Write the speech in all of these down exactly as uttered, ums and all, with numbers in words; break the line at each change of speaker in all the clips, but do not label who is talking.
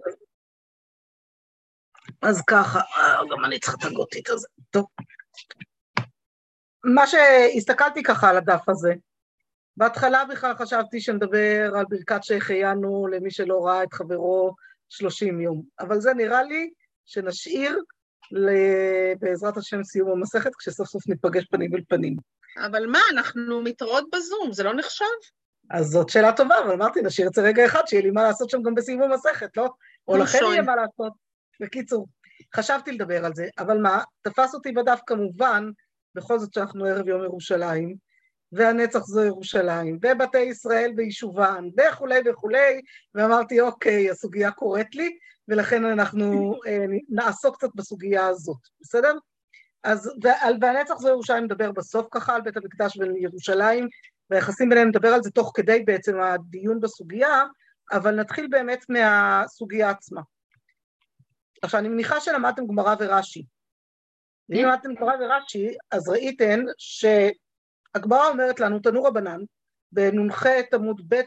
אז ככה, גם אני צריכה את הגותית הזה, טוב. מה שהסתכלתי ככה על הדף הזה, בהתחלה בכלל חשבתי שנדבר על ברכת שהחיינו למי שלא ראה את חברו שלושים יום, אבל זה נראה לי שנשאיר בעזרת השם סיום המסכת, כשסוף סוף נתפגש פנים אל פנים.
אבל מה, אנחנו מתראות בזום, זה לא נחשב?
אז זאת שאלה טובה, אבל אמרתי, נשאיר את זה רגע אחד, שיהיה לי מה לעשות שם גם בסיום המסכת, לא? או לכם יהיה מה לעשות. בקיצור, חשבתי לדבר על זה, אבל מה, תפס אותי בדף כמובן, בכל זאת שאנחנו ערב יום ירושלים, והנצח זו ירושלים, ובתי ישראל ביישובן, וכולי וכולי, ואמרתי, אוקיי, הסוגיה קוראת לי, ולכן אנחנו אה, נעסוק קצת בסוגיה הזאת, בסדר? אז, ועל והנצח זו ירושלים מדבר בסוף ככה, על בית המקדש וירושלים, והיחסים ביניהם נדבר על זה תוך כדי בעצם הדיון בסוגיה, אבל נתחיל באמת מהסוגיה עצמה. עכשיו, אני מניחה שלמדתם גמרא ורש"י. אם למדתם גמרא ורש"י, אז ראיתם שהגמרא אומרת לנו, תנו רבנן, בנ"ח עמוד ב'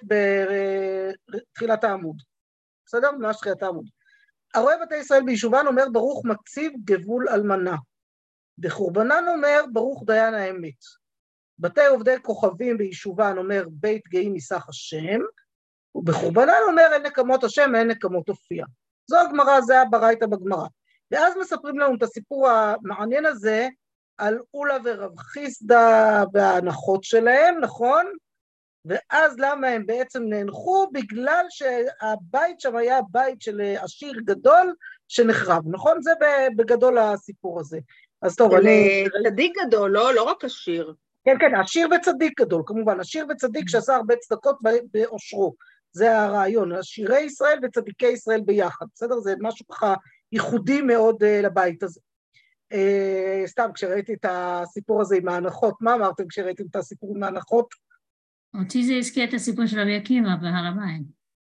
בתחילת העמוד. בסדר? ממש תחילת העמוד. הרואה בתי ישראל ביישובן אומר, ברוך מציב גבול אלמנה. בחורבנן אומר, ברוך דיין האמת. בתי עובדי כוכבים ביישובן אומר, בית גאים ניסח השם, ובחורבנן אומר, אין נקמות השם, אין נקמות הופיע. זו הגמרא, זה הברייתא בגמרא. ואז מספרים לנו את הסיפור המעניין הזה, על אולה ורב חיסדא וההנחות שלהם, נכון? ואז למה הם בעצם נאנחו? בגלל שהבית שם היה בית של עשיר גדול שנחרב, נכון? זה בגדול הסיפור הזה. אז טוב, אני...
צדיק גדול, לא, לא רק עשיר.
כן, כן, עשיר וצדיק גדול, כמובן, עשיר וצדיק שעשה הרבה צדקות באושרו. זה הרעיון, עשירי ישראל וצדיקי ישראל ביחד, בסדר? זה משהו ככה ייחודי מאוד uh, לבית הזה. Uh, סתם, כשראיתי את הסיפור הזה עם ההנחות, מה אמרתם כשראיתם את הסיפור עם ההנחות?
אותי זה הזכיר את הסיפור של רבי עקיבא בהר הבית.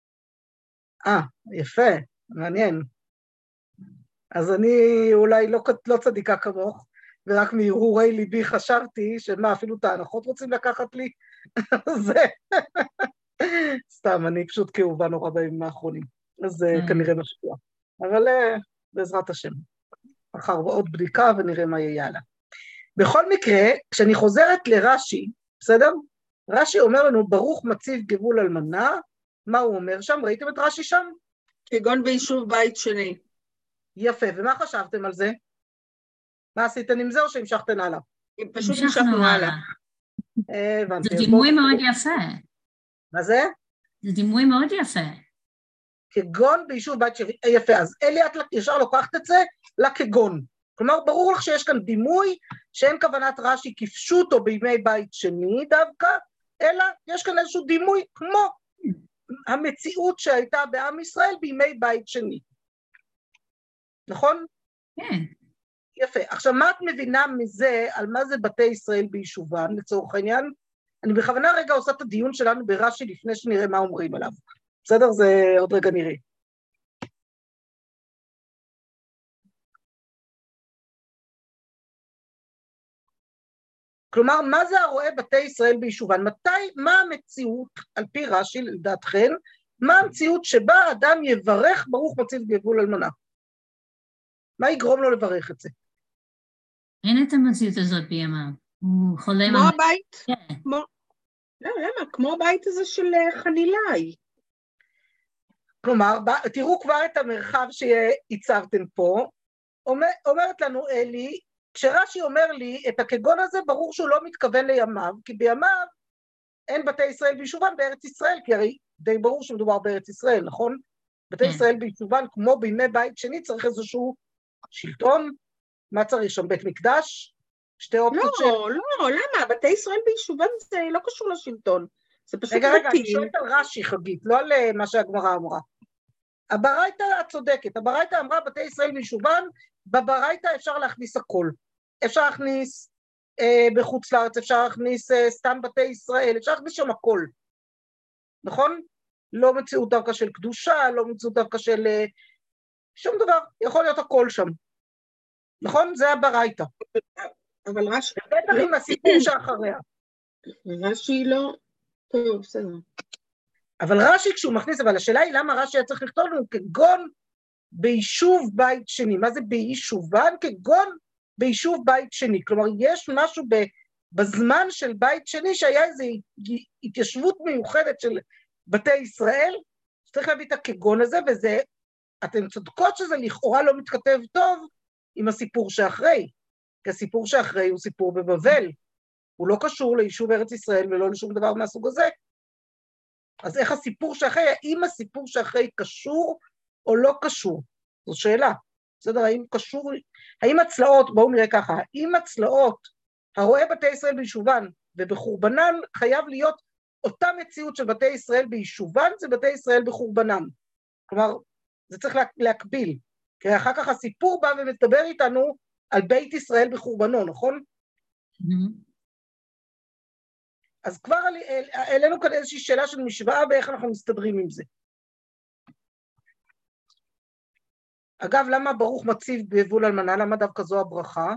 אה, יפה, מעניין. אז אני אולי לא, לא צדיקה כמוך, ורק מהרהורי ליבי חשבתי שמה, אפילו את ההנחות רוצים לקחת לי? זה... סתם, אני פשוט כאובה נורא בימים האחרונים, אז זה כנראה משפיע. אבל בעזרת השם, אחר עוד בדיקה ונראה מה יהיה הלאה. בכל מקרה, כשאני חוזרת לרש"י, בסדר? רש"י אומר לנו, ברוך מציב גבול אלמנה, מה הוא אומר שם? ראיתם את רש"י שם?
כגון ביישוב בית שני.
יפה, ומה חשבתם על זה? מה עשיתם עם זה או שהמשכתם הלאה?
פשוט המשכנו הלאה.
זה דימוי מאוד יפה.
מה זה?
זה דימוי מאוד יפה.
כגון ביישוב בית שני, יפה, אז אלי את ישר לוקחת את זה לכגון. כלומר, ברור לך שיש כאן דימוי שאין כוונת רש"י כפשוטו בימי בית שני דווקא, אלא יש כאן איזשהו דימוי כמו המציאות שהייתה בעם ישראל בימי בית שני. נכון?
כן.
יפה. עכשיו, מה את מבינה מזה, על מה זה בתי ישראל ביישובן, לצורך העניין? אני בכוונה רגע עושה את הדיון שלנו ברש"י לפני שנראה מה אומרים עליו. בסדר? זה עוד רגע נראה. כלומר, מה זה הרואה בתי ישראל ביישובן? מתי, מה המציאות, על פי רש"י, לדעתכן, מה המציאות שבה אדם יברך ברוך מציב גבול אלמנה? מה יגרום לו לברך את זה?
אין את המציאות הזאת בימיו. הוא חולם...
כמו הבית? כמו... לא, למה? כמו הבית הזה של חנילאי.
כלומר, תראו כבר את המרחב שהצבתם פה, אומר, אומרת לנו אלי, כשרש"י אומר לי את הכגון הזה, ברור שהוא לא מתכוון לימיו, כי בימיו אין בתי ישראל ביישובן בארץ ישראל, כי הרי די ברור שמדובר בארץ ישראל, נכון? בתי ישראל ביישובן, כמו בימי בית שני, צריך איזשהו שלטון, מה צריך שם, בית מקדש? שתי אופציות של...
לא, לא, למה? בתי ישראל ביישובן זה לא קשור לשלטון. זה פשוט
רגע, רגע, אני שואלת על רש"י, חגית, לא על מה שהגמרא אמרה. הברייתא את צודקת, הברייתא אמרה בתי ישראל ביישובן, בברייתא אפשר להכניס הכל. אפשר להכניס אה, בחוץ לארץ, אפשר להכניס אה, סתם בתי ישראל, אפשר להכניס שם הכל. נכון? לא מציאות דווקא של קדושה, לא מציאות דווקא של... אה, שום דבר, יכול להיות הכל שם. נכון? זה הברייתא.
אבל רש"י...
בטח עם הסיפור שאחריה.
רש"י לא... טוב, בסדר.
אבל רש"י כשהוא מכניס, אבל השאלה היא למה רש"י היה צריך לכתוב לנו כגון ביישוב בית שני, מה זה ביישובן? כגון ביישוב בית שני, כלומר יש משהו ב, בזמן של בית שני שהיה איזו התיישבות מיוחדת של בתי ישראל, שצריך להביא את הכגון הזה, וזה, אתן צודקות שזה לכאורה לא מתכתב טוב עם הסיפור שאחרי, כי הסיפור שאחרי הוא סיפור בבבל, הוא לא קשור ליישוב ארץ ישראל ולא לשום דבר מהסוג הזה, אז איך הסיפור שאחרי, האם הסיפור שאחרי קשור או לא קשור? זו שאלה, בסדר, האם קשור, האם הצלעות, בואו נראה ככה, האם הצלעות, הרואה בתי ישראל ביישובן ובחורבנן חייב להיות אותה מציאות של בתי ישראל ביישובן, זה בתי ישראל בחורבנם. כלומר, זה צריך להקביל, כי אחר כך הסיפור בא ומדבר איתנו על בית ישראל בחורבנו, נכון?
Mm-hmm.
אז כבר העלינו כאן איזושהי שאלה של משוואה ואיך אנחנו מסתדרים עם זה. אגב, למה ברוך מציב בגבול אלמנה? למה דווקא זו הברכה?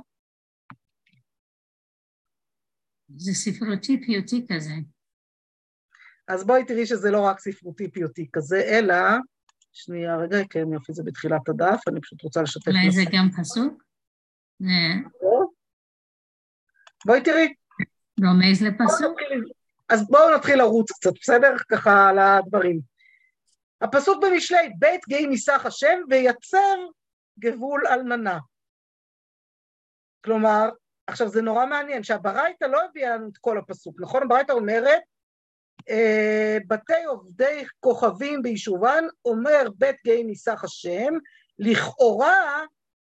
זה ספרותי פיוטי כזה.
אז בואי תראי שזה לא רק ספרותי פיוטי כזה, אלא, שנייה רגע, כן יופי, זה בתחילת הדף, אני פשוט רוצה לשתף.
אולי זה גם פסוק?
בואי תראי.
רומז לפסוק?
אז בואו נתחיל לרוץ קצת, בסדר? ככה על הדברים. הפסוק במשלי, בית גיא ניסח השם ויצר גבול אלמנה. כלומר, עכשיו זה נורא מעניין, שהברייתא לא הביאה לנו את כל הפסוק, נכון? הברייתא אומרת, אה, בתי עובדי כוכבים ביישובן, אומר בית גיא ניסח השם, לכאורה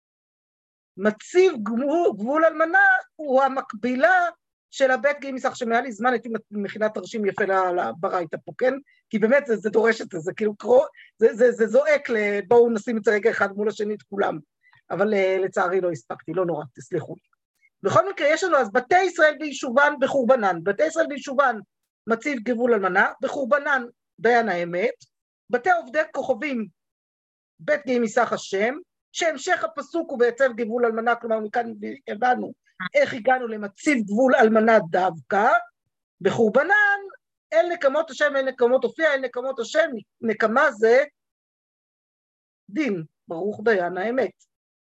מציב גבול, גבול אלמנה הוא המקבילה של הבית גיא ניסח השם. היה לי זמן, הייתי מכינה תרשים יפה לברייתא פה, כן? כי באמת זה, זה דורש את זה, זה כאילו קרוא, זה, זה, זה זועק, בואו נשים את זה רגע אחד מול השני את כולם, אבל לצערי לא הספקתי, לא נורא, תסלחו. בכל מקרה יש לנו אז בתי ישראל ביישובן בחורבנן, בתי ישראל ביישובן מציב גבול אלמנה, בחורבנן דיין האמת, בתי עובדי כוכבים בית גיא ניסח השם, שהמשך הפסוק הוא בעצב גבול אלמנה, כלומר מכאן הבנו איך הגענו למציב גבול אלמנה דווקא, בחורבנן אל נקמות השם, אל נקמות הופיע, אל נקמות השם, נקמה זה דין, ברוך דיין האמת.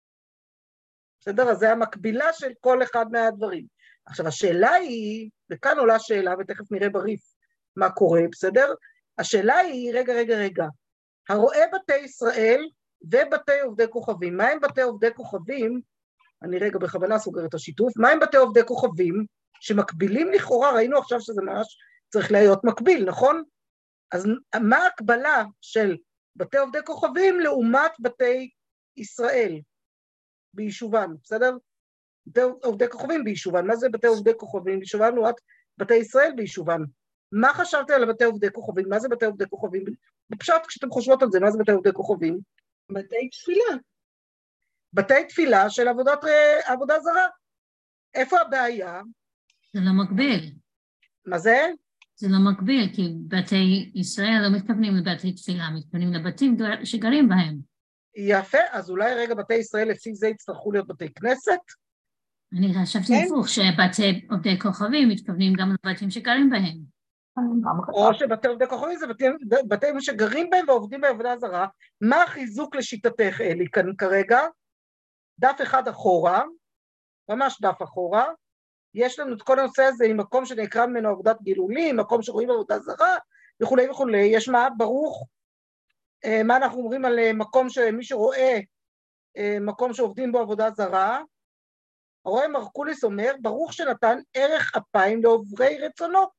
בסדר? אז זה המקבילה של כל אחד מהדברים. עכשיו השאלה היא, וכאן עולה שאלה, ותכף נראה בריף מה קורה, בסדר? השאלה היא, רגע, רגע, רגע, הרואה בתי ישראל ובתי עובדי כוכבים, מה הם בתי עובדי כוכבים? אני רגע בכוונה סוגר את השיתוף, מה הם בתי עובדי כוכבים שמקבילים לכאורה, ראינו עכשיו שזה ממש צריך להיות מקביל, נכון? אז מה ההקבלה של בתי עובדי כוכבים לעומת בתי ישראל ביישובן, בסדר? בתי עובדי כוכבים ביישובן, מה זה בתי עובדי כוכבים ביישובן לעומת בתי ישראל ביישובן? מה חשבתם על בתי עובדי כוכבים? מה זה בתי עובדי כוכבים? בפשט כשאתם חושבות על זה, מה זה בתי עובדי כוכבים?
בתי תפילה.
בתי תפילה של עבודת, עבודה זרה. איפה הבעיה?
זה לא מקביל.
מה זה?
זה לא מקביל, כי בתי ישראל לא מתכוונים לבתי תפילה, מתכוונים לבתים שגרים בהם.
יפה, אז אולי רגע בתי ישראל לפי זה יצטרכו להיות בתי כנסת?
אני חשבתי הפוך, שבתי עובדי כוכבים מתכוונים גם לבתים שגרים בהם.
או שבתי עובדי כוכבים זה בתים, בתים שגרים בהם ועובדים בעבודה זרה. מה החיזוק לשיטתך, אלי, כאן כרגע? דף אחד אחורה, ממש דף אחורה, יש לנו את כל הנושא הזה עם מקום שנקרא ממנו עבודת גילולים, מקום שרואים עבודה זרה, וכולי וכולי. יש מה ברוך, מה אנחנו אומרים על מקום שמי שרואה, מקום שעובדים בו עבודה זרה, הרואה מרקוליס אומר, ברוך שנתן ערך אפיים לעוברי רצונו.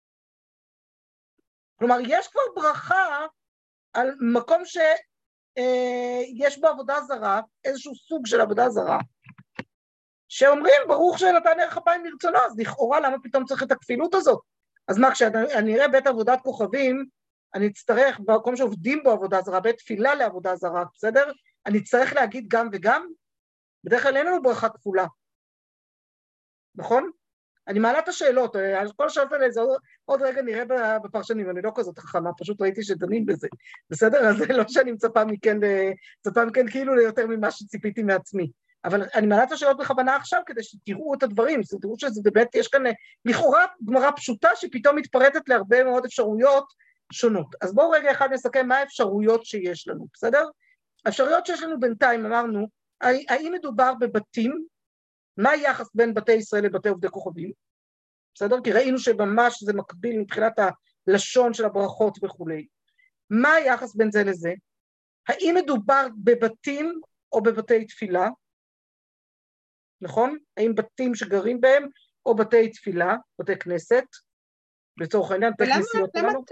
כלומר, יש כבר ברכה על מקום שיש בו עבודה זרה, איזשהו סוג של עבודה זרה, שאומרים, ברוך שנתן ערך אפיים לרצונו, אז לכאורה למה פתאום צריך את הכפילות הזאת? אז מה, כשאני אראה בית עבודת כוכבים, אני אצטרך, במקום שעובדים בו עבודה זרה, בית תפילה לעבודה זרה, בסדר? אני אצטרך להגיד גם וגם, בדרך כלל אין לנו ברכה כפולה, נכון? אני מעלה את השאלות, כל השאלות האלה, זה עוד, עוד רגע נראה בפרשנים, אני לא כזאת חכמה, פשוט ראיתי שדנים בזה, בסדר? אז זה לא שאני מצפה מכן, מצפה מכן כאילו ליותר ממה שציפיתי מעצמי, אבל אני מעלה את השאלות בכוונה עכשיו, כדי שתראו את הדברים, תראו שזה באמת, יש כאן לכאורה גמרא פשוטה, שפתאום מתפרטת להרבה מאוד אפשרויות, שונות. אז בואו רגע אחד נסכם מה האפשרויות שיש לנו, בסדר? האפשרויות שיש לנו בינתיים, אמרנו, האם מדובר בבתים, מה היחס בין בתי ישראל לבתי עובדי כוכבים? בסדר? כי ראינו שממש זה מקביל מבחינת הלשון של הברכות וכולי. מה היחס בין זה לזה? האם מדובר בבתים או בבתי תפילה? נכון? האם בתים שגרים בהם או בתי תפילה, בתי כנסת? לצורך העניין, בתי כנסיות.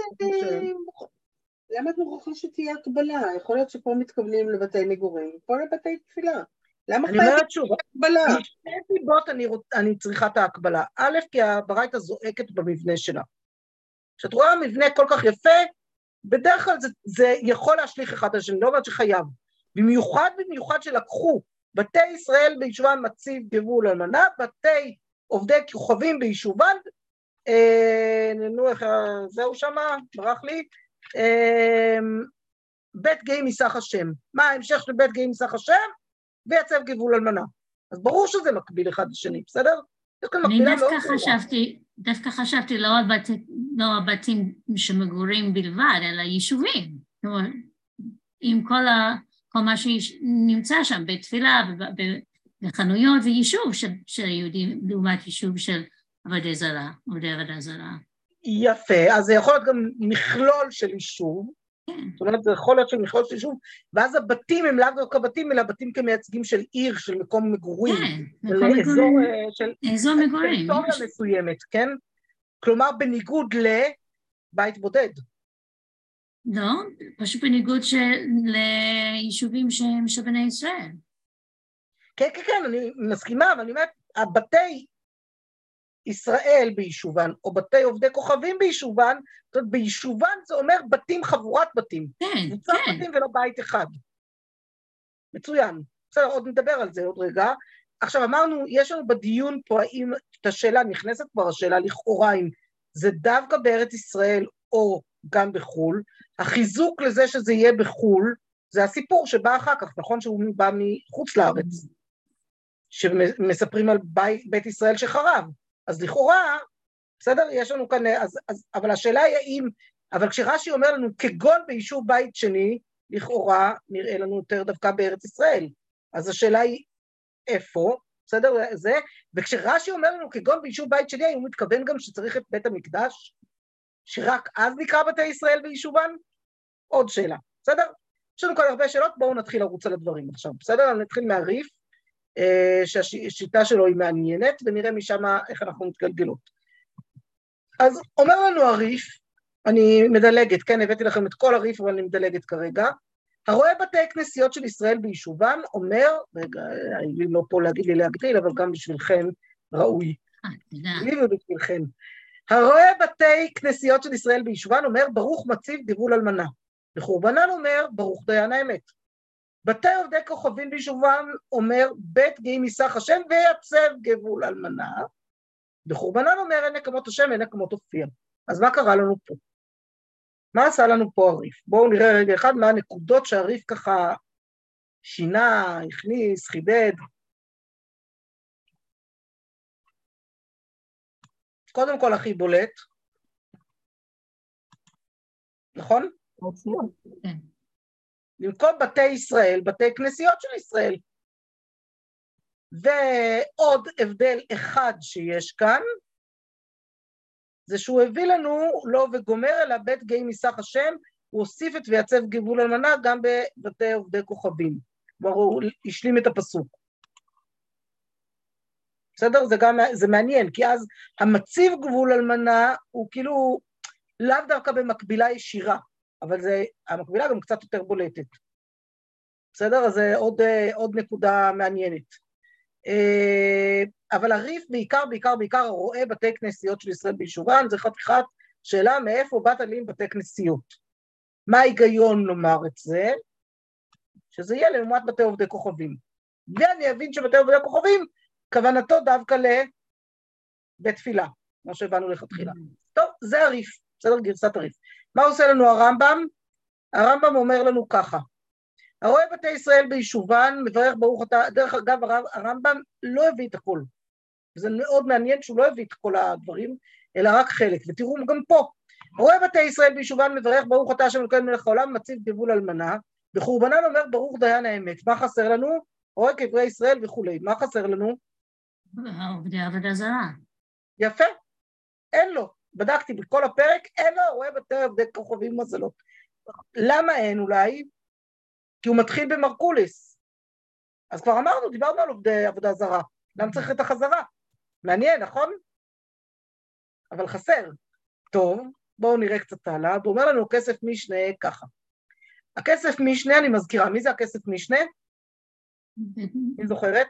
למה את מוכרחה שתהיה הקבלה? יכול להיות שפה מתכוונים לבתי מגורים, פה לבתי תפילה. למה
אני אומרת שוב, משתי סיבות אני, אני צריכה את ההקבלה. א', כי הברייתא זועקת במבנה שלה. כשאת רואה מבנה כל כך יפה, בדרך כלל זה, זה יכול להשליך אחד השני, לא אומרת שחייב. במיוחד, במיוחד שלקחו בתי ישראל ביישובן מציב גבול אלמנה, בתי עובדי כוכבים ביישובן, אה, נו, איך, זהו שמה, ברח לי, אה, בית גאים מסך השם. מה ההמשך של בית גאים מסך השם? ויצב גבול אלמנה. אז ברור שזה מקביל אחד לשני, בסדר?
אני דווקא חשבתי, דווקא חשבתי לא הבתים שמגורים בלבד, אלא יישובים. עם כל, ה, כל מה שנמצא שם, בתפילה, בחנויות ויישוב של יהודים, לעומת יישוב של עבדי זרה, עבדי עבודה זרה.
יפה, אז זה יכול להיות גם מכלול של יישוב, זאת אומרת, זה יכול להיות של מכלול של יישוב, ואז הבתים הם לאו דווקא בתים, אלא בתים כמייצגים של עיר, של מקום מגורים.
כן, מקום מגורים. אזור מגורים.
טריטוריה מסוימת, כן? כלומר, בניגוד לבית בודד.
לא, פשוט בניגוד ליישובים שהם של בני ישראל.
כן, כן, כן, אני מסכימה, אבל אני אומרת, הבתי ישראל ביישובן, או בתי עובדי כוכבים ביישובן, זאת אומרת, ביישובן זה אומר בתים, חבורת בתים.
כן,
קבוצת
כן.
בתים ולא בית אחד. מצוין. בסדר, עוד נדבר על זה עוד רגע. עכשיו אמרנו, יש לנו בדיון פה, האם את השאלה נכנסת כבר, השאלה לכאורה, אם זה דווקא בארץ ישראל או גם בחול, החיזוק לזה שזה יהיה בחול, זה הסיפור שבא אחר כך, נכון שהוא בא מחוץ לארץ, שמספרים על בית, בית ישראל שחרב. אז לכאורה, בסדר, יש לנו כאן, אז, אז, אבל השאלה היא האם, אבל כשרש"י אומר לנו, כגון ביישוב בית שני, לכאורה נראה לנו יותר דווקא בארץ ישראל. אז השאלה היא, איפה, בסדר, זה, וכשרש"י אומר לנו, כגון ביישוב בית שני, הוא מתכוון גם שצריך את בית המקדש, שרק אז נקרא בתי ישראל ביישובן? עוד שאלה, בסדר? יש לנו כאן הרבה שאלות, בואו נתחיל לרוץ על הדברים עכשיו, בסדר? אני נתחיל מהריף, שהשיטה שלו היא מעניינת, ונראה משם איך אנחנו מתגלגלות. אז אומר לנו הריף, אני מדלגת, כן, הבאתי לכם את כל הריף, אבל אני מדלגת כרגע, הרואה בתי כנסיות של ישראל ביישובן, אומר, רגע, אני לא פה להגיד לי להגדיל, אבל גם בשבילכם ראוי. לי ובשבילכם. הרואה בתי כנסיות של ישראל ביישובן, אומר, ברוך מציב גבול אלמנה. וחורבנן אומר, ברוך דיין האמת. בתי עובדי כוכבים ביישובם אומר, בית גאים מסך השם ויצב גבול אלמנה, וחורבנן אומר, אין נקמות השם, אין נקמות הופיע. אז מה קרה לנו פה? מה עשה לנו פה הריף? בואו נראה רגע אחד מה הנקודות שהריף ככה שינה, הכניס, חידד. קודם כל הכי בולט, נכון?
כן.
במקום בתי ישראל, בתי כנסיות של ישראל. ועוד הבדל אחד שיש כאן, זה שהוא הביא לנו, לא וגומר, אלא בית גאים מסך השם, הוא הוסיף את ויצב גבול אלמנה גם בבתי עובדי כוכבים. כלומר, הוא השלים את הפסוק. בסדר? זה גם, זה מעניין, כי אז המציב גבול אלמנה הוא כאילו לאו דווקא במקבילה ישירה, אבל זה, המקבילה גם קצת יותר בולטת. בסדר? אז זה עוד, עוד נקודה מעניינת. אבל הריף בעיקר, בעיקר, בעיקר רואה בתי כנסיות של ישראל ביישובן, זה חתיכת שאלה מאיפה באת לי עם בתי כנסיות. מה ההיגיון לומר את זה? שזה יהיה לעומת בתי עובדי כוכבים. ואני אבין שבתי עובדי כוכבים, כוונתו דווקא לבית תפילה, כמו שהבנו לכתחילה. טוב, זה הריף, בסדר, גרסת הריף. מה עושה לנו הרמב"ם? הרמב"ם אומר לנו ככה, הרואה בתי ישראל ביישובן, מברך ברוך אתה, דרך אגב הרמב"ם לא הביא את הכל, זה מאוד מעניין שהוא לא הביא את כל הדברים, אלא רק חלק, ותראו גם פה, רואה בתי ישראל ביישובן מברך ברוך אתה השם אלוקינו מלך העולם מציב גבול אלמנה, בחורבנן אומר ברוך דיין האמת. מה חסר לנו? רואה קברי ישראל וכולי. מה חסר לנו?
עובדי עבודה זרה.
יפה, אין לו. בדקתי בכל הפרק, אין לו, רואה בתי עובדי כוכבים מזלות. למה אין אולי? כי הוא מתחיל במרקוליס. אז כבר אמרנו, דיברנו על עובדי עבודה זרה. למה צריך את החזרה? מעניין, נכון? אבל חסר. טוב, בואו נראה קצת הלאה. הוא אומר לנו כסף משנה ככה. הכסף משנה, אני מזכירה, מי זה הכסף משנה? מי זוכרת?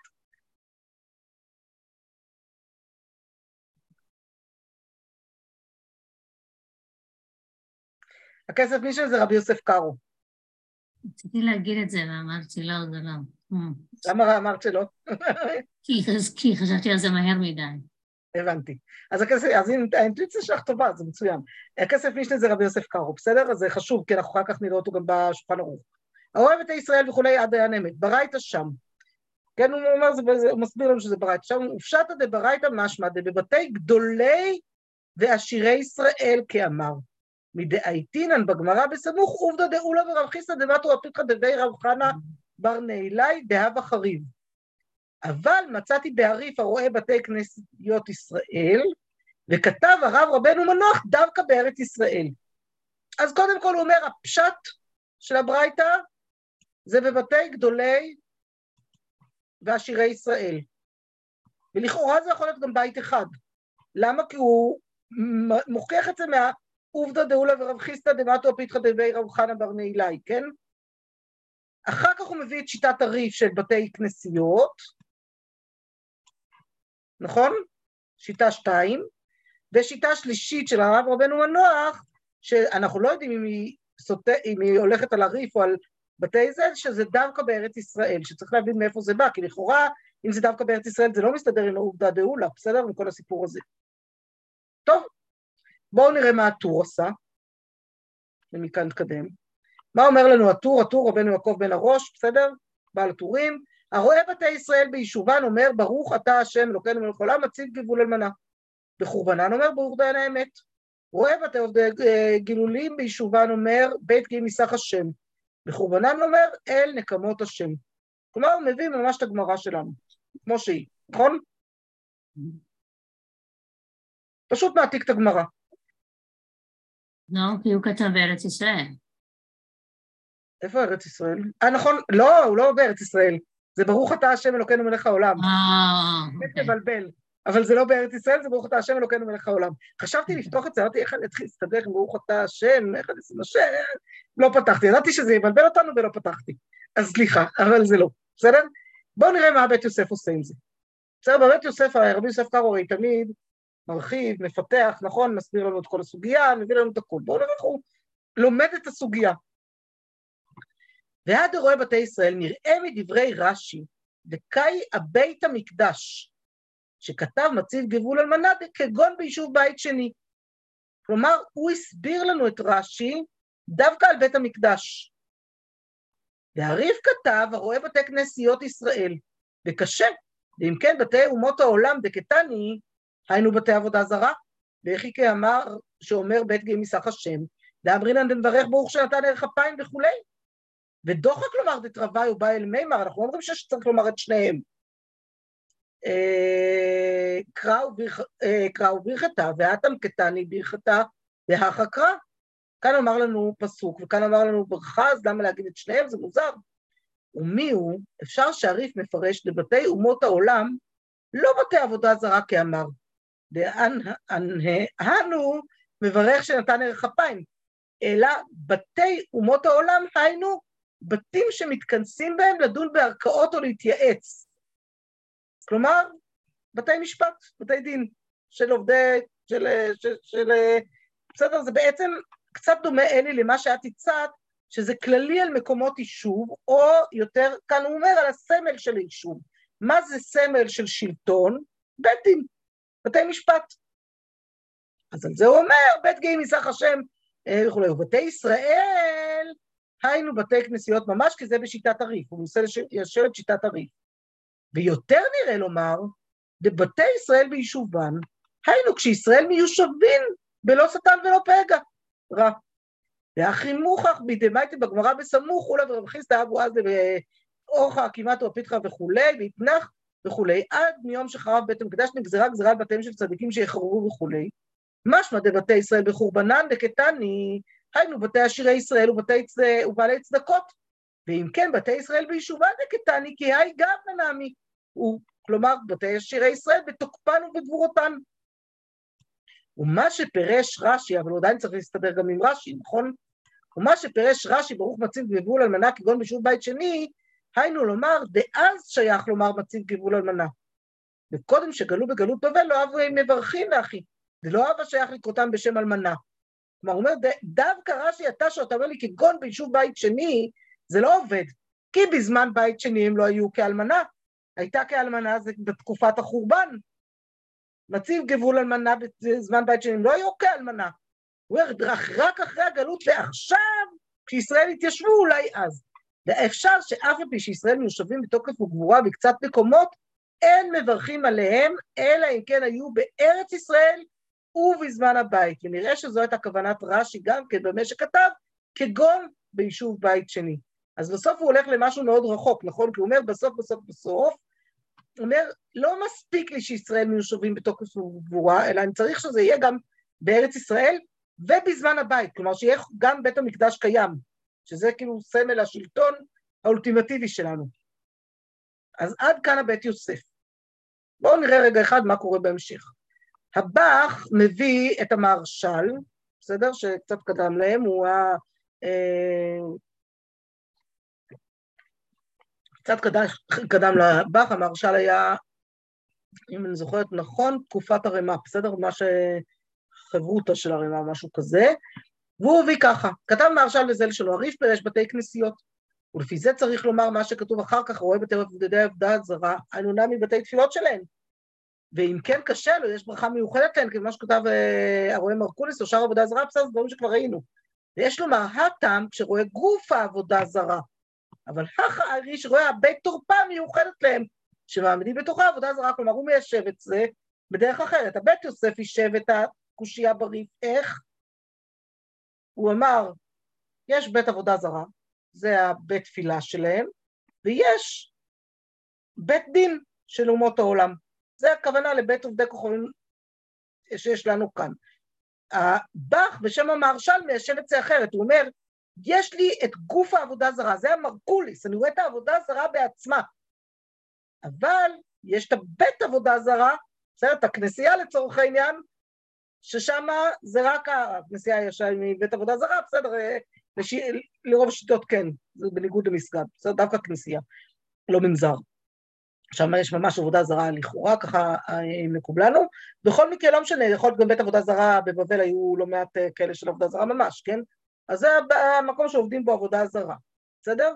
הכסף משנה זה רבי יוסף קארו.
רציתי להגיד את זה, ואמרתי לא, זה לא.
למה אמרת שלא?
כי חשבתי על זה מהר מדי.
הבנתי. אז הכסף, אז האינטואיציה שלך טובה, זה מצוין. הכסף משנה זה רבי יוסף קארו, בסדר? אז זה חשוב, כי אנחנו אחר כך נראה אותו גם בשולחן ערוך. האוהב את ישראל וכולי עד דיין אמת, ברייתא שם. כן, הוא אומר, זה, הוא מסביר לנו שזה ברייתא שם, ופשטא דברייתא משמע דבבתי גדולי ועשירי ישראל כאמר. מדעייתינן בגמרא בסמוך עובדא דאולה ורב חיסדא דמטו רפיתחא דבי רב חנא בר נעילי דהב החריב. אבל מצאתי בעריף הרואה בתי כנסיות ישראל, וכתב הרב רבנו מנוח דווקא בארץ ישראל. אז קודם כל הוא אומר, הפשט של הברייתא זה בבתי גדולי ועשירי ישראל. ולכאורה זה יכול להיות גם בית אחד. למה? כי הוא מוכיח את זה מהעובדא דאולה ורב חיסדא דמטו רפיתחא דבי רב חנא בר נעילי, כן? אחר כך הוא מביא את שיטת הריף של בתי כנסיות, נכון? שיטה שתיים, ושיטה שלישית של הרב רבנו מנוח, שאנחנו לא יודעים אם היא, סוט... אם היא הולכת על הריף או על בתי זה, שזה דווקא בארץ ישראל, שצריך להבין מאיפה זה בא, כי לכאורה, אם זה דווקא בארץ ישראל, זה לא מסתדר עם העובדא דאולה, בסדר? עם כל הסיפור הזה. טוב, בואו נראה מה הטור עשה, ומכאן נתקדם. מה אומר לנו הטור? הטור רבנו יעקב בן הראש, בסדר? בעל הטורים. הרואה בתי ישראל ביישובן אומר, ברוך אתה השם אלוקינו מלך העולם, מציב גבול אלמנה. בחורבנן אומר, ברוך דיין האמת. רואה בתי עובדי גילולים ביישובן אומר, בית גיא מסך השם. בחורבנן אומר, אל נקמות השם. כלומר, הוא מביא ממש את הגמרא שלנו, כמו שהיא, נכון? פשוט מעתיק את הגמרא.
לא, כי הוא כתב בארץ ישראל.
איפה ארץ ישראל? אה, נכון, לא, הוא לא בארץ ישראל. זה ברוך אתה השם אלוקינו מלך העולם.
אה,
אוקיי. מבלבל. אבל זה לא בארץ ישראל, זה ברוך אתה השם אלוקינו מלך העולם. חשבתי לפתוח את זה, אמרתי, איך אני אתחיל להסתדר עם ברוך אתה השם, איך אני אשים השם, לא פתחתי. ידעתי שזה יבלבל אותנו ולא פתחתי. אז סליחה, אבל זה לא. בסדר? בואו נראה מה בית יוסף עושה עם זה. בסדר, בבית יוסף, רבי יוסף קארו הרי תמיד מרחיב, מפתח, נכון, מסביר לנו את כל הסוגיה, מביא לנו את הכול. בואו נראה איך הוא לומד את הסוגיה. ועד רואה בתי ישראל נראה מדברי רש"י, דקאי הבית המקדש, שכתב מציב גבול אלמנה כגון ביישוב בית שני. כלומר, הוא הסביר לנו את רש"י דווקא על בית המקדש. והריף כתב, הרואה בתי כנסיות ישראל, וקשה, ואם כן בתי אומות העולם דקתני, היינו בתי עבודה זרה, והחיקי אמר, שאומר בית גיא מסך השם, דאמרינן דנברך ברוך שנתן ערך אפיים וכולי, ודוחק לומר דתרווי ובא אל מימר, אנחנו אומרים שצריך לומר את שניהם. קרא וברכתה, ואתם קטני ברכתה, והחקרה. כאן אמר לנו פסוק, וכאן אמר לנו ברכה, אז למה להגיד את שניהם? זה מוזר. ומי הוא? אפשר שהריף מפרש לבתי אומות העולם, לא בתי עבודה זרה כאמר, דאנו מברך שנתן ערך אפיים, אלא בתי אומות העולם היינו, בתים שמתכנסים בהם לדון בערכאות או להתייעץ. כלומר, בתי משפט, בתי דין של עובדי, של, של, של, בסדר, זה בעצם קצת דומה אלי למה שאת הצעת, שזה כללי על מקומות יישוב, או יותר, כאן הוא אומר על הסמל של יישוב. מה זה סמל של שלטון? בית דין, בתי משפט. אז על זה הוא אומר, בית גיא מסך השם, וכולי, ובתי ישראל, היינו בתי כנסיות ממש, כי זה בשיטת הריף, הוא מנסה ליישר את שיטת הריף. ויותר נראה לומר, בבתי ישראל ביישובן, היינו כשישראל מיושבים בלא שטן ולא פגע, רע. ואחי מוכח בידמייתי בגמרא בסמוך, אולה ורב חיסדא אבו עז ואורחה, כמעט ופיתחה וכולי, והתנח וכולי, עד מיום שחרב בית המקדש נגזרה גזרה על בתיהם של צדיקים שיחררו וכולי. משמע דבתי ישראל בחורבנן דקתני, היינו בתי עשירי ישראל ובתי, ובעלי צדקות, ואם כן בתי ישראל ביישובה דקתני, כי היי גם נעמי, כלומר בתי עשירי ישראל בתוקפן ובגבורותן. ומה שפרש רש"י, אבל עדיין צריך להסתדר גם עם רש"י, נכון? ומה שפרש רש"י ברוך מציב גבול אלמנה כגון ביישוב בית שני, היינו לומר, דאז שייך לומר מציב גבול אלמנה. וקודם שגלו בגלות בבל לא אהבו הם מברכים לאחי, זה לא אהבה שייך לקרותם בשם אלמנה. כלומר, הוא אומר, דווקא רש"י אתה שאתה אומר לי כגון ביישוב בית שני, זה לא עובד, כי בזמן בית שני הם לא היו כאלמנה, הייתה כאלמנה זה בתקופת החורבן, מציב גבול אלמנה בזמן בית שני, הם לא היו כאלמנה, הוא אומר, רק אחרי הגלות לעכשיו, כשישראל התיישבו אולי אז, ואפשר שאף על פי שישראל מיושבים בתוקף וגבורה בקצת מקומות, אין מברכים עליהם, אלא אם כן היו בארץ ישראל ובזמן הבית, ונראה שזו הייתה כוונת רש"י גם כן במה שכתב, כגון ביישוב בית שני. אז בסוף הוא הולך למשהו מאוד רחוק, נכון? כי הוא אומר בסוף בסוף בסוף, הוא אומר, לא מספיק לי שישראל מיושבים בתוקף וגבורה, אלא אני צריך שזה יהיה גם בארץ ישראל ובזמן הבית, כלומר שיהיה גם בית המקדש קיים, שזה כאילו סמל השלטון האולטימטיבי שלנו. אז עד כאן הבית יוסף. בואו נראה רגע אחד מה קורה בהמשך. הבח מביא את המהרש"ל, בסדר? שקצת קדם להם, הוא ה... קצת קדם, קדם לבח, המהרש"ל היה, אם אני זוכרת נכון, תקופת הרמ"א, בסדר? מה שחברותא של הרמ"א, משהו כזה, והוא הביא ככה, כתב מהרש"ל לזל שלו, הריף פירש בתי כנסיות, ולפי זה צריך לומר מה שכתוב אחר כך, רואה בטרף ודדי עבודה זרה, היינו נע מבתי תפילות שלהם, ואם כן קשה לו, יש ברכה מיוחדת להם, כמו שכתב הרואה מרקוליס, או שאר עבודה זרה, בסדר, זה דברים שכבר ראינו. ויש לומר, הטעם כשרואה גוף העבודה זרה, אבל הארי שרואה הבית תורפה מיוחדת להם, שמעמידים בתוכה עבודה זרה, כלומר הוא מיישב את זה בדרך אחרת. הבית יוסף יישב את הקושייה בריף, איך? הוא אמר, יש בית עבודה זרה, זה הבית תפילה שלהם, ויש בית דין של אומות העולם. זה הכוונה לבית עובדי כוכבים שיש לנו כאן. הבח בשם המהרש"ל מיישב את זה אחרת, הוא אומר, יש לי את גוף העבודה זרה, זה המרקוליס, אני רואה את העבודה זרה בעצמה, אבל יש את הבית עבודה זרה, בסדר, את הכנסייה לצורך העניין, ששם זה רק הכנסייה ישב מבית עבודה זרה, בסדר, לש... לרוב שיטות כן, זה בניגוד למסגד, בסדר, דווקא כנסייה, לא מנזר. שם יש ממש עבודה זרה לכאורה, ככה מקובלנו, בכל מקרה לא משנה, יכול להיות גם בית עבודה זרה, בבבל היו לא מעט כאלה של עבודה זרה ממש, כן? אז זה המקום שעובדים בו עבודה זרה, בסדר?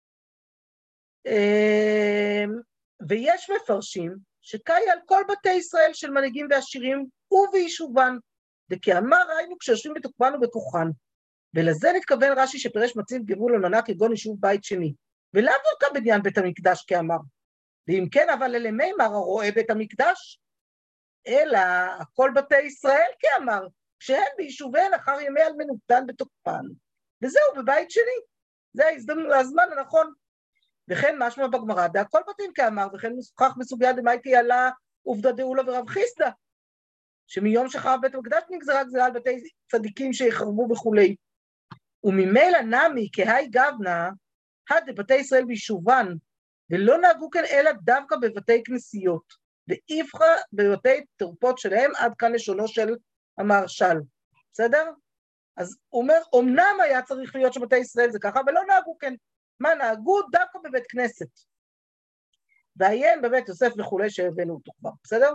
ויש מפרשים שקאי על כל בתי ישראל של מנהיגים ועשירים וביישובן, וכאמר ראינו כשיושבים בתוקפן ובכוחן, ולזה נתכוון רש"י שפרש מציב גבול אלמנה כגון יישוב בית שני, ולאו דווקא בניין בית המקדש כאמר, ואם כן אבל אלה מימר הרואה בית המקדש, אלא כל בתי ישראל כאמר, כשהן ביישוביהן אחר ימי אלמנותן בתוקפן, וזהו בבית שני, זה ההזדמנות הזמן הנכון, וכן משמע בגמרא, והכל בתים כאמר, וכן משוחח בסוגיה דמייתי עלה עובדא דאולה ורב חיסדא, שמיום שחרב בית המקדש נגזרה גזרה על בתי צדיקים שיחרבו וכולי, וממילא נמי כהי גבנה, עד לבתי ישראל ביישובן, ולא נהגו כאן אלא דווקא בבתי כנסיות, ואיפכה בבתי תרפות שלהם, עד כאן לשונו של המהרש"ל, בסדר? אז הוא אומר, אמנם היה צריך להיות שבתי ישראל זה ככה, אבל לא נהגו כן, מה נהגו? דווקא בבית כנסת, ועיין בבית יוסף וכולי שהבאנו אותו כבר, בסדר?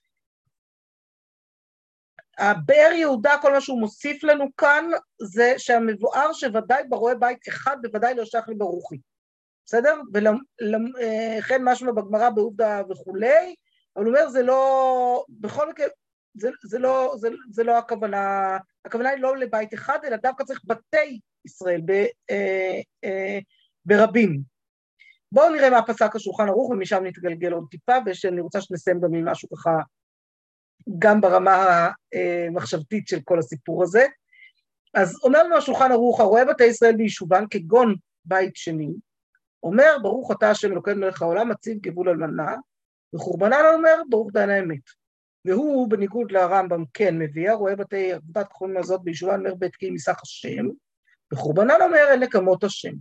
הבאר יהודה, כל מה שהוא מוסיף לנו כאן, זה שהמבואר שוודאי ברואה בית אחד, בוודאי לא שייך לברוכי, בסדר? ולכן משמע בגמרא בעובדא וכולי, אבל הוא אומר, זה לא, בכל מקרה, זה, זה, לא, זה, זה לא הכוונה, הכוונה היא לא לבית אחד, אלא דווקא צריך בתי ישראל ב, אה, אה, ברבים. בואו נראה מה פסק השולחן ערוך, ומשם נתגלגל עוד טיפה, ושאני רוצה שנסיים גם עם משהו ככה, גם ברמה המחשבתית של כל הסיפור הזה. אז אומר לנו השולחן ערוך, הרואה בתי ישראל ביישובן כגון בית שני, אומר, ברוך אתה השם אלוקינו מלך העולם, מציב גבול אלמנה, וחורבנן אומר, ברוך דיין האמת. והוא, בניגוד לרמב"ם, כן מביא, רואה בתי עבודת כחולים הזאת ביישובן, אומר בית כי מסך השם, וחורבנן אומר, אלה כמות השם.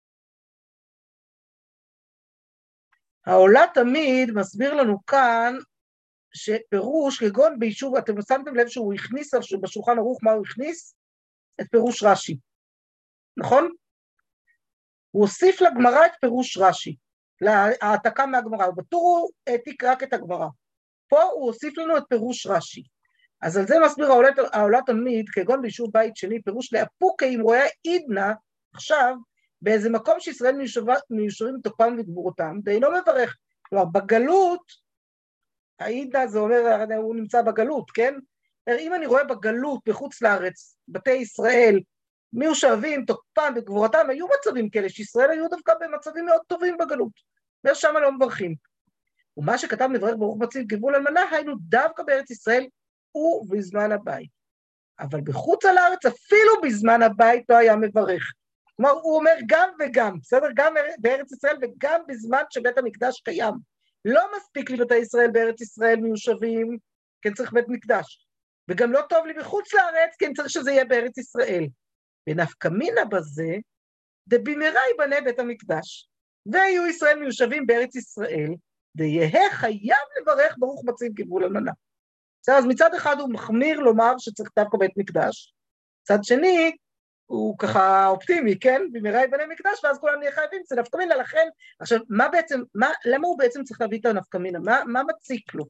העולה תמיד מסביר לנו כאן, שפירוש כגון ביישוב, אתם שמתם לב שהוא הכניס, בשולחן ערוך מה הוא הכניס? את פירוש רש"י, נכון? הוא הוסיף לגמרא את פירוש רש"י, להעתקה מהגמרא, ובטור הוא העתיק רק את הגמרא. פה הוא הוסיף לנו את פירוש רש"י. אז על זה מסביר העולה תמיד, כגון ביישוב בית שני, פירוש לאפוקה אם רואה עידנה, עכשיו, באיזה מקום שישראל מיושבים תוקפם וגבורתם, דאינו מברך. כלומר, בגלות, העידנה זה אומר, הוא נמצא בגלות, כן? אם אני רואה בגלות בחוץ לארץ, בתי ישראל, מיושבים, תוקפם וגבורתם, היו מצבים כאלה, שישראל היו דווקא במצבים מאוד טובים בגלות, ושם לא מברכים. ומה שכתב מברך ברוך מציב גבול אלמנה, היינו דווקא בארץ ישראל ובזמן הבית. אבל בחוץ על הארץ, אפילו בזמן הבית לא היה מברך. כלומר, הוא אומר גם וגם, בסדר? גם בארץ ישראל וגם בזמן שבית המקדש קיים. לא מספיק לי בתי ישראל בארץ ישראל מיושבים, כן צריך בית מקדש. וגם לא טוב לי בחוץ לארץ, כן צריך שזה יהיה בארץ ישראל. ונפקא מינה בזה, דבמהרה ייבנה בית המקדש, ויהיו ישראל מיושבים בארץ ישראל, ויהא חייב לברך ברוך מציב גבול אלמנה. אז מצד אחד הוא מחמיר לומר שצריך דווקא בית מקדש, מצד שני הוא ככה אופטימי, כן? במהרה ייבנה מקדש, ואז כולם נהיה חייבים, זה נפקא מינה, לכן, עכשיו, מה בעצם, מה, למה הוא בעצם צריך להביא את הנפקא מינה? מה, מה מציק לו?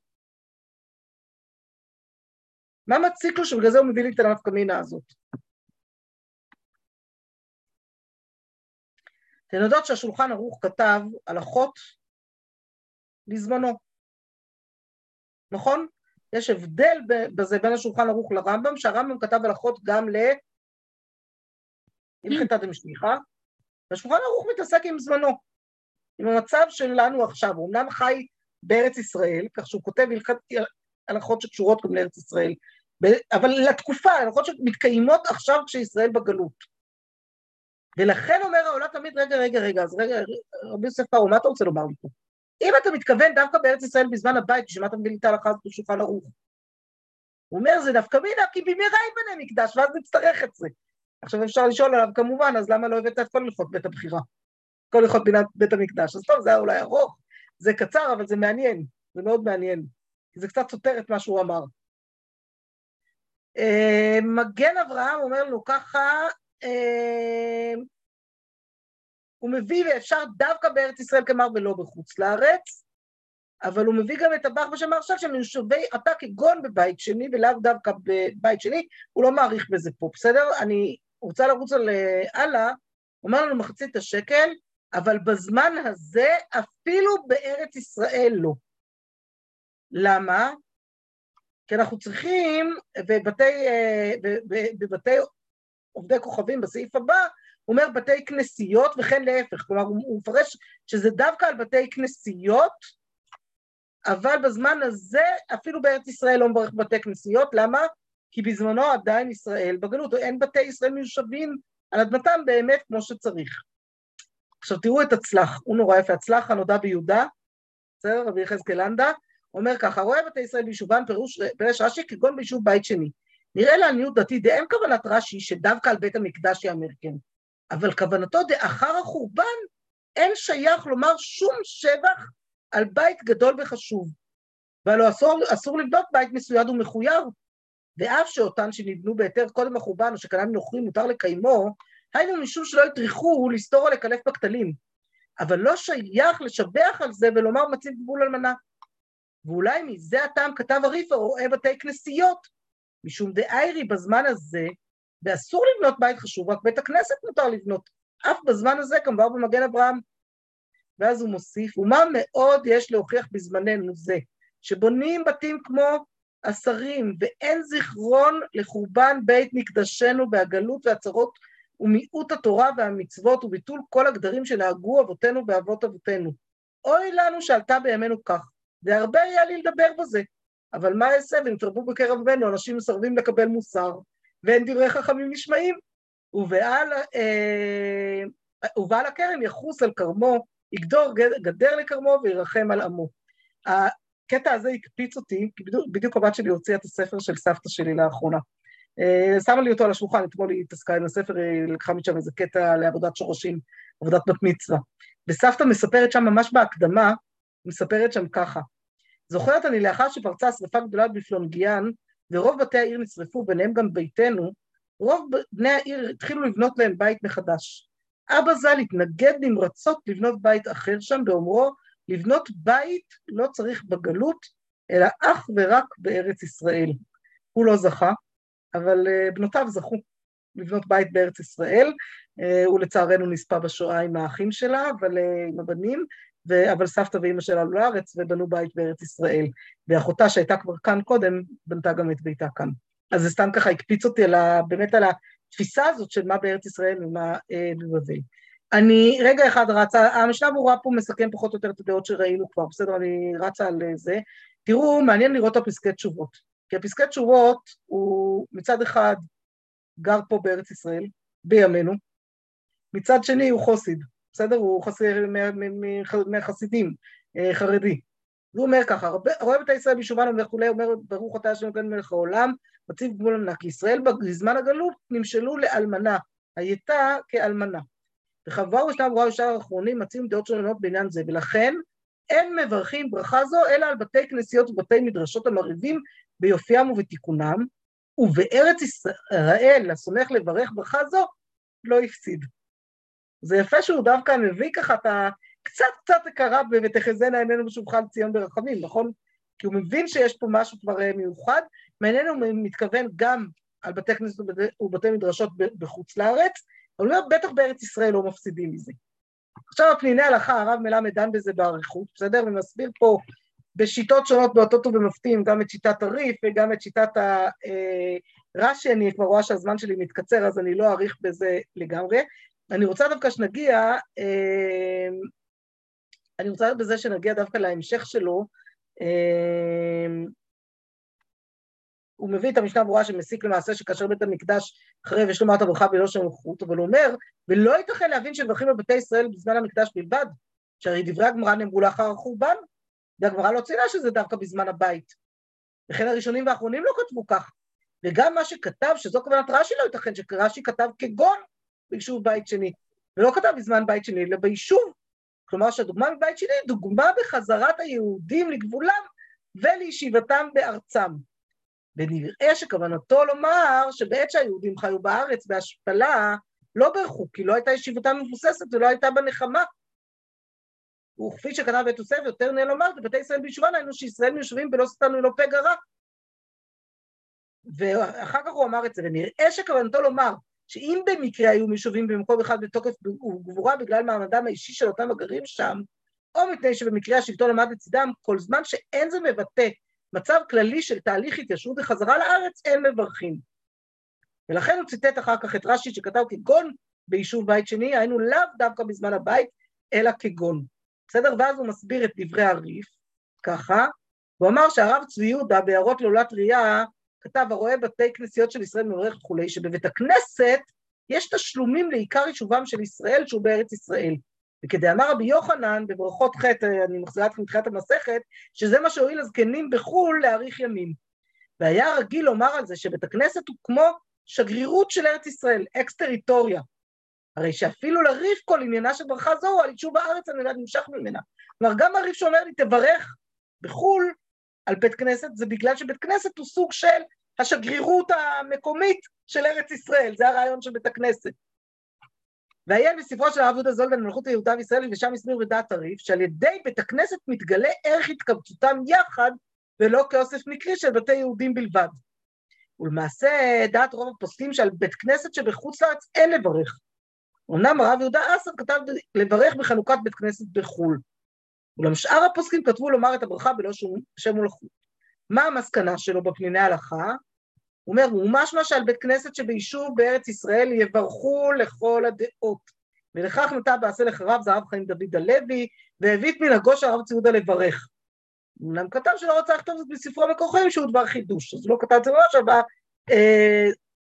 מה מציק לו שבגלל זה הוא מביא לי את הנפקא מינה הזאת? אתן יודעות שהשולחן ערוך כתב הלכות לזמנו, נכון? יש הבדל בזה בין השולחן ערוך לרמב"ם, שהרמב"ם כתב הלכות גם ל... הלכתא דמשגיחא, והשולחן ערוך מתעסק עם זמנו, עם המצב שלנו עכשיו, הוא אומנם חי בארץ ישראל, כך שהוא כותב הלכות שקשורות גם לארץ ישראל, אבל לתקופה, הלכות שמתקיימות עכשיו כשישראל בגלות. ולכן אומר העולה תמיד, רגע, רגע, רגע, אז רגע, רבי יוסף פרו, מה אתה רוצה לומר לי פה? אם אתה מתכוון דווקא בארץ ישראל בזמן הבית, שמה אתה מביא לי את ההלכה הזאת בשולחן ערוך? הוא אומר, זה נפקא מינה, כי במהרה ייבנה מקדש, ואז נצטרך את זה. עכשיו אפשר לשאול עליו כמובן, אז למה לא הבאת את כל הלכות בית הבחירה? כל הלכות בית המקדש. אז טוב, זה היה אולי ארוך, זה קצר, אבל זה מעניין, זה מאוד מעניין. זה קצת סותר את מה שהוא אמר. מגן אברהם אומר לו ככה, הוא מביא ואפשר דווקא בארץ ישראל כמר ולא בחוץ לארץ, אבל הוא מביא גם את הבח בשמר עכשיו שמיושבי עתה כגון בבית שני ולאו דווקא בבית שני, הוא לא מעריך בזה פה, בסדר? אני רוצה לרוץ על הלאה, הוא אומר לנו מחצית השקל, אבל בזמן הזה אפילו בארץ ישראל לא. למה? כי אנחנו צריכים, בבתי, בבתי עובדי כוכבים בסעיף הבא, הוא אומר בתי כנסיות וכן להפך, כלומר הוא מפרש שזה דווקא על בתי כנסיות, אבל בזמן הזה אפילו בארץ ישראל לא מברך בתי כנסיות, למה? כי בזמנו עדיין ישראל בגלות, אין בתי ישראל מיושבים על אדמתם באמת כמו שצריך. עכשיו תראו את הצלח, הוא נורא יפה, הצלח הנודע ביהודה, בסדר, רבי יחזקאל לנדא, אומר ככה, רואה בתי ישראל ביישובן פירוש, פירש רש"י כגון ביישוב בית שני. נראה לעניות דעתי, דאין כוונת רש"י שדווקא על בית המקדש יאמר כן, אבל כוונתו דאחר החורבן אין שייך לומר שום שבח על בית גדול וחשוב, והלא אסור, אסור לבנות בית מסויד ומחויר, ואף שאותן שנבנו בהיתר קודם החורבן או שכנם נוכרים מותר לקיימו, היינו משום שלא יטריחו לסתור או לקלף בכתלים, אבל לא שייך לשבח על זה ולומר מציב גבול אלמנה. ואולי מזה הטעם כתב הריפא רואה בתי כנסיות, משום דאיירי בזמן הזה, ואסור לבנות בית חשוב, רק בית הכנסת מותר לבנות, אף בזמן הזה כמובן במגן אברהם. ואז הוא מוסיף, ומה מאוד יש להוכיח בזמננו זה, שבונים בתים כמו עשרים, ואין זיכרון לחורבן בית מקדשנו בהגלות והצרות, ומיעוט התורה והמצוות, וביטול כל הגדרים שנהגו אבותינו ואבות אבותינו. אוי לנו שעלתה בימינו כך, והרבה היה לי לדבר בזה, אבל מה אעשה, ונתרבו בקרב בנו, אנשים מסרבים לקבל מוסר, ואין דברי חכמים נשמעים, ובעל, אה, ובעל הכרם יחוס על כרמו, יגדור גדר לכרמו וירחם על עמו. הקטע הזה הקפיץ אותי, כי בדיוק, בדיוק הבת שלי הוציאה את הספר של סבתא שלי לאחרונה. אה, שמה לי אותו על השולחן, אתמול היא התעסקה עם הספר, היא לקחה משם איזה קטע לעבודת שורשים, עבודת בת מצווה. וסבתא מספרת שם ממש בהקדמה, מספרת שם ככה. זוכרת אני לאחר שפרצה שריפה גדולה בפלונגיאן, ורוב בתי העיר נשרפו, ביניהם גם ביתנו, רוב בני העיר התחילו לבנות להם בית מחדש. אבא ז"ל התנגד נמרצות לבנות בית אחר שם, באומרו, לבנות בית לא צריך בגלות, אלא אך ורק בארץ ישראל. הוא לא זכה, אבל בנותיו זכו לבנות בית בארץ ישראל, הוא לצערנו נספה בשואה עם האחים שלה, אבל עם הבנים, ו... אבל סבתא ואמא שלה עלו לארץ ובנו בית בארץ ישראל, ואחותה שהייתה כבר כאן קודם, בנתה גם את ביתה כאן. אז זה סתם ככה הקפיץ אותי על ה... באמת על התפיסה הזאת של מה בארץ ישראל ומה אה, בבבל. אני רגע אחד רצה, המשנה ברורה פה מסכם פחות או יותר את הדעות שראינו כבר, בסדר, אני רצה על זה. תראו, מעניין לראות את הפסקי תשובות, כי הפסקי תשובות הוא מצד אחד גר פה בארץ ישראל, בימינו, מצד שני הוא חוסיד, בסדר? הוא חסר מהחסידים, חרדי. הוא אומר ככה, רואה בית ישראל בישובן וכולי, אומר ברוך אתה השם אלוקינו מלך העולם, מציב גמול ענק, ישראל בזמן הגלות נמשלו לאלמנה, הייתה כאלמנה. וחברו ישנם רואה ישר האחרונים, מציבים דעות שונות בעניין זה, ולכן אין מברכים ברכה זו, אלא על בתי כנסיות ובתי מדרשות המריבים ביופיים ובתיקונם, ובארץ ישראל, הסומך לברך ברכה זו, לא הפסיד. זה יפה שהוא דווקא מביא ככה את ה... קצת קצת הקרה ותחזינה עינינו בשובך לציון ברחמים, נכון? כי הוא מבין שיש פה משהו כבר מיוחד, מעינינו הוא מתכוון גם על בתי כנסת ובתי מדרשות בחוץ לארץ, אבל הוא אומר, בטח בארץ ישראל לא מפסידים מזה. עכשיו הפניני הלכה, הרב מלמד דן בזה בעריכות, בסדר? ומסביר פה בשיטות שונות באותות ובמפתים, גם את שיטת הריף וגם את שיטת הרש"י, אני כבר רואה שהזמן שלי מתקצר, אז אני לא אעריך בזה לגמרי. אני רוצה דווקא שנגיע, אני רוצה בזה שנגיע דווקא להמשך שלו, הוא מביא את המשנה ברורה שמסיק למעשה שכאשר בית המקדש חרב יש לומר את הברכה בלא שם מלכות, אבל הוא אומר, ולא ייתכן להבין שמברכים בבתי ישראל בזמן המקדש בלבד, שהרי דברי הגמרא נאמרו לאחר החורבן, והגמרא לא ציינה שזה דווקא בזמן הבית. וכן הראשונים והאחרונים לא כתבו כך, וגם מה שכתב, שזו כוונת רש"י לא ייתכן, שרש"י כתב כגון ביישוב בית שני, ולא כתב בזמן בית שני, אלא ביישוב, כלומר שהדוגמה מבית שני היא דוגמה בחזרת היהודים לגבולם ולישיבתם בארצם. ונראה שכוונתו לומר שבעת שהיהודים חיו בארץ בהשפלה לא ברכו, כי לא הייתה ישיבתם מבוססת ולא הייתה בנחמה. וכפי שכתב בית יוסף, יותר נהיה לומר, בבתי ישראל בישובן היינו שישראל מיושבים ולא סתנו לא פגע רע. ואחר כך הוא אמר את זה, ונראה שכוונתו לומר שאם במקרה היו מישובים במקום אחד בתוקף וגבורה בגלל מעמדם האישי של אותם הגרים שם, או מפני שבמקרה השלטון עמד לצדם, כל זמן שאין זה מבטא מצב כללי של תהליך התיישבות וחזרה לארץ, אין מברכים. ולכן הוא ציטט אחר כך את רש"י שכתב כגון ביישוב בית שני, היינו לאו דווקא בזמן הבית, אלא כגון. בסדר? ואז הוא מסביר את דברי הריף, ככה, הוא אמר שהרב צבי יהודה בהערות לעולת ראייה, כתב הרואה בתי כנסיות של ישראל מברך וכולי, שבבית הכנסת יש תשלומים לעיקר יישובם של ישראל שהוא בארץ ישראל. וכדאמר רבי יוחנן בברכות חטא, אני מחזירה אתכם מתחילת המסכת, שזה מה שהועיל הזקנים בחו"ל להאריך ימים. והיה רגיל לומר על זה שבית הכנסת הוא כמו שגרירות של ארץ ישראל, אקס-טריטוריה. הרי שאפילו לריף כל עניינה של ברכה זו, על יישוב הארץ אני יודעת נמשך ממנה. כלומר, גם הריף שאומר לי תברך בחו"ל על בית כנסת, זה בגלל שבית כנסת הוא סוג של השגרירות המקומית של ארץ ישראל, זה הרעיון של בית הכנסת. והעיין בספרו של הרב יהודה זולדן מלכות יהודה וישראל, ושם הסביר בדעת הריף, שעל ידי בית הכנסת מתגלה ערך התקבצותם יחד, ולא כאוסף מקרי של בתי יהודים בלבד. ולמעשה דעת רוב הפוסקים שעל בית כנסת שבחוץ לארץ אין לברך. אמנם הרב יהודה אסר כתב לברך בחנוכת בית כנסת בחו"ל. אולם שאר הפוסקים כתבו לומר את הברכה בלא שם מלכות. מה המסקנה שלו בפניני ההלכה? הוא אומר, הוא משמע שעל בית כנסת שביישוב בארץ ישראל יברכו לכל הדעות. ולכך נטע בעשה לחרב זה הרב חיים דוד הלוי, והביא את מנהגו של הרב צבי יהודה לברך. אולם כתב שלא רוצה לכתוב זאת בספרו מקור חיים שהוא דבר חידוש, אז הוא לא כתב את זה ממש, אבל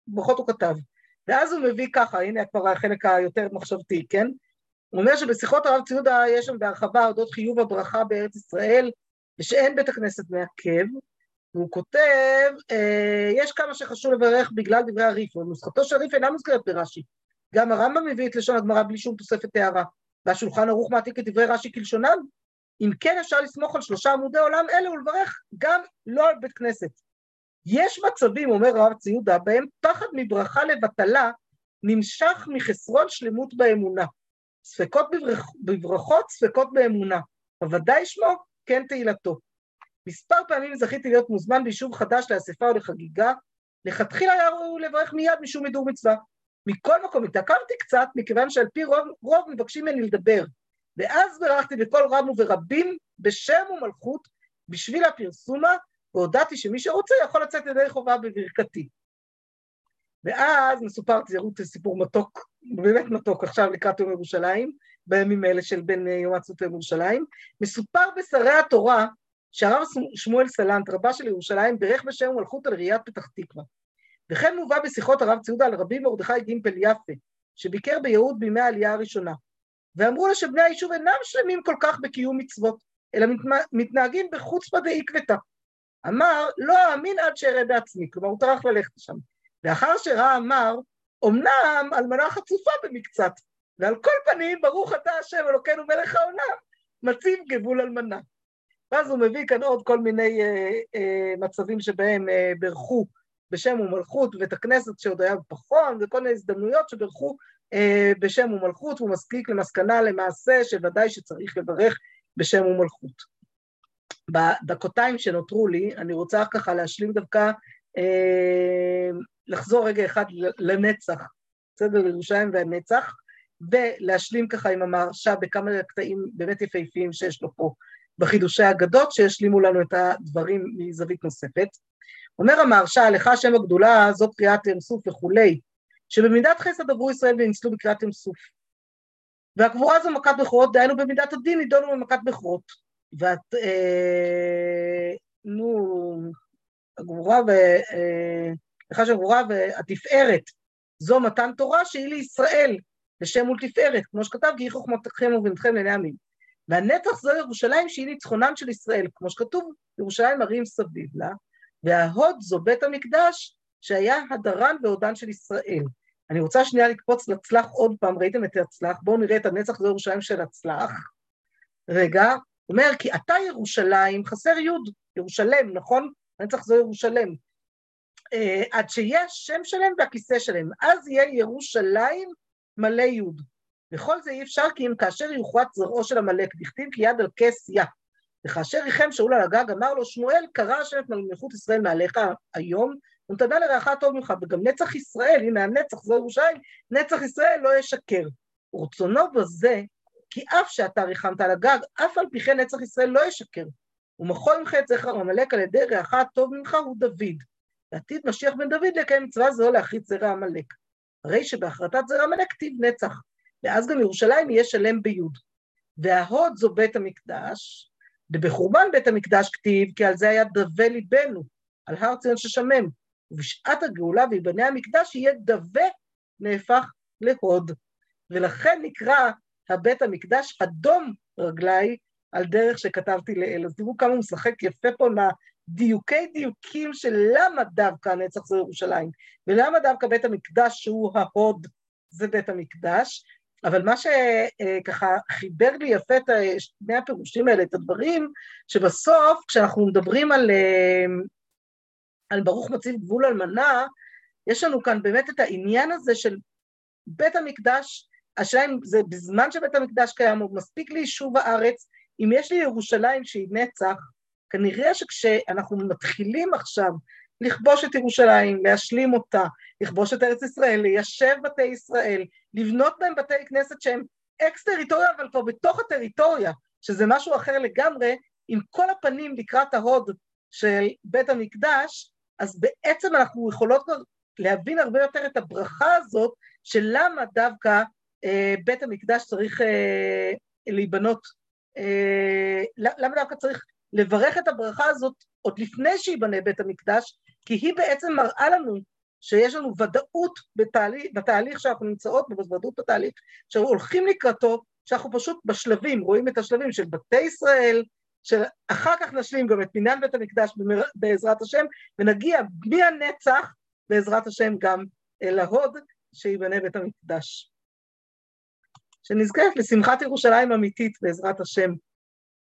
ברכות הוא כתב. ואז הוא מביא ככה, הנה כבר החלק היותר מחשבתי, כן? הוא אומר שבשיחות הרב ציודה יש שם בהרחבה אודות חיוב הברכה בארץ ישראל, ושאין בית הכנסת מעכב, והוא כותב, אה, יש כמה שחשוב לברך בגלל דברי הריף, ונוסחתו של הריף אינה מוזכרת ברש"י. גם הרמב"ם מביא את לשון הגמרא בלי שום תוספת הערה, והשולחן ערוך מעתיק את דברי רש"י כלשונם. אם כן אפשר לסמוך על שלושה עמודי עולם אלה ולברך גם לא על בית כנסת. יש מצבים, אומר הרב ציודה, בהם פחד מברכה לבטלה נמשך מחסרון שלמות באמונה. ספקות בברכ... בברכות, ספקות באמונה. בוודאי שמו, כן תהילתו. מספר פעמים זכיתי להיות מוזמן ביישוב חדש לאספה או לחגיגה, לכתחילה היה ראוי לברך מיד משום הידור מצווה. מכל מקום התעכבתי קצת, מכיוון שעל פי רוב, רוב מבקשים ממני לדבר. ואז ברכתי בכל רם וברבים בשם ומלכות בשביל הפרסומה, והודעתי שמי שרוצה יכול לצאת ידי חובה בברכתי. ואז מסופר תזירות סיפור מתוק, באמת מתוק עכשיו לקראת יום ירושלים, בימים האלה של בין יום העצמאות ליום ירושלים, מסופר בשרי התורה שהרב שמואל סלנט, רבה של ירושלים, בירך בשם ומלכות על ראיית פתח תקווה. וכן מובא בשיחות הרב ציודה על רבי מרדכי גימפל יפה, שביקר ביהוד בימי העלייה הראשונה, ואמרו לה שבני היישוב אינם שלמים כל כך בקיום מצוות, אלא מתנהגים בחוצפה דעקבתא. אמר, לא אאמין עד שאראה בעצמי, כלומר הוא טרח ללכת שם. לאחר שראה אמר, אמנם אלמנה חצופה במקצת, ועל כל פנים ברוך אתה השם אלוקינו מלך העולם, מציב גבול אלמנה. ואז הוא מביא כאן עוד כל מיני אה, אה, מצבים שבהם אה, ברכו בשם ומלכות, ואת הכנסת שעוד היה בפחון, וכל מיני הזדמנויות שברכו אה, בשם ומלכות, והוא מספיק למסקנה למעשה שוודאי שצריך לברך בשם ומלכות. בדקותיים שנותרו לי, אני רוצה ככה להשלים דווקא, אה, לחזור רגע אחד לנצח, בסדר, לירושלים והנצח, ולהשלים ככה עם המהרש"א בכמה קטעים באמת יפהפיים שיש לו פה בחידושי האגדות, שישלימו לנו את הדברים מזווית נוספת. אומר המהרש"א, לך השם הגדולה, זאת קריאת ים סוף וכולי, שבמידת חסד עברו ישראל וניצלו בקריאת ים סוף. והגבורה זו מכת בכורות, דהיינו במידת הדין נידונו במכת בכורות. ואת, אה, נו, הגבורה ו... אה, לך שהגבורה והתפארת, זו מתן תורה שהיא לישראל, לשם ולתפארת, כמו שכתב, כי היא חוכמתכם ובנתכם לעיני עמים. והנצח זו ירושלים שהיא ניצחונם של ישראל, כמו שכתוב, ירושלים ערים סביב לה, וההוד זו בית המקדש שהיה הדרן והודן של ישראל. אני רוצה שנייה לקפוץ לצלח עוד פעם, ראיתם את הצלח, בואו נראה את הנצח זו ירושלים של הצלח. רגע, אומר, כי אתה ירושלים, חסר יוד, ירושלם, נכון? הנצח זו ירושלם. Uh, עד שיהיה השם שלהם והכיסא שלהם, אז יהיה ירושלים מלא יוד. וכל זה אי אפשר כי אם כאשר יוחרט זרעו של המלך, דכתיב כי יד על כס יא. וכאשר ריחם שאול על הגג, אמר לו, שמואל קרא השם את מלכות ישראל מעליך היום, ונתנה לרעך טוב ממך, וגם נצח ישראל, הנה הנצח זו ירושלים, נצח ישראל לא ישקר. ורצונו בזה, כי אף שאתה ריחמת על הגג, אף על פי כן נצח ישראל לא ישקר. ומחו ימחה את זכר המלך על ידי רעך טוב ממך הוא דוד. ועתיד משיח בן דוד לקיים מצווה זו להחריט זרע עמלק. הרי שבהחרטת זרע עמלק כתיב נצח, ואז גם ירושלים יהיה שלם ביוד. וההוד זו בית המקדש, ובחורבן בית המקדש כתיב, כי על זה היה דווה ליבנו, על הר ציון ששמם, ובשעת הגאולה ויבנה המקדש יהיה דווה נהפך להוד. ולכן נקרא הבית המקדש אדום רגלי, על דרך שכתבתי לאל. אז תראו כמה הוא משחק יפה פה מה, דיוקי דיוקים של למה דווקא הנצח זו ירושלים, ולמה דווקא בית המקדש שהוא ההוד זה בית המקדש, אבל מה שככה חיבר לי יפה את שני הפירושים האלה, את הדברים, שבסוף כשאנחנו מדברים על, על ברוך מציב גבול אלמנה, יש לנו כאן באמת את העניין הזה של בית המקדש, השאלה אם זה בזמן שבית המקדש קיים, הוא מספיק ליישוב הארץ, אם יש לי ירושלים שהיא נצח, כנראה שכשאנחנו מתחילים עכשיו לכבוש את ירושלים, להשלים אותה, לכבוש את ארץ ישראל, ליישב בתי ישראל, לבנות בהם בתי כנסת שהם אקס-טריטוריה, אבל כבר בתוך הטריטוריה, שזה משהו אחר לגמרי, עם כל הפנים לקראת ההוד של בית המקדש, אז בעצם אנחנו יכולות כבר להבין הרבה יותר את הברכה הזאת, של למה דווקא אה, בית המקדש צריך אה, להיבנות, אה, למה דווקא צריך לברך את הברכה הזאת עוד לפני שיבנה בית המקדש, כי היא בעצם מראה לנו שיש לנו ודאות בתהליך, בתהליך שאנחנו נמצאות, ודאות בתהליך שאנחנו הולכים לקראתו, שאנחנו פשוט בשלבים, רואים את השלבים של בתי ישראל, שאחר כך נשלים גם את בניין בית המקדש בעזרת השם, ונגיע בלי הנצח בעזרת השם גם אל ההוד שיבנה בית המקדש. שנזכה לשמחת ירושלים אמיתית בעזרת השם.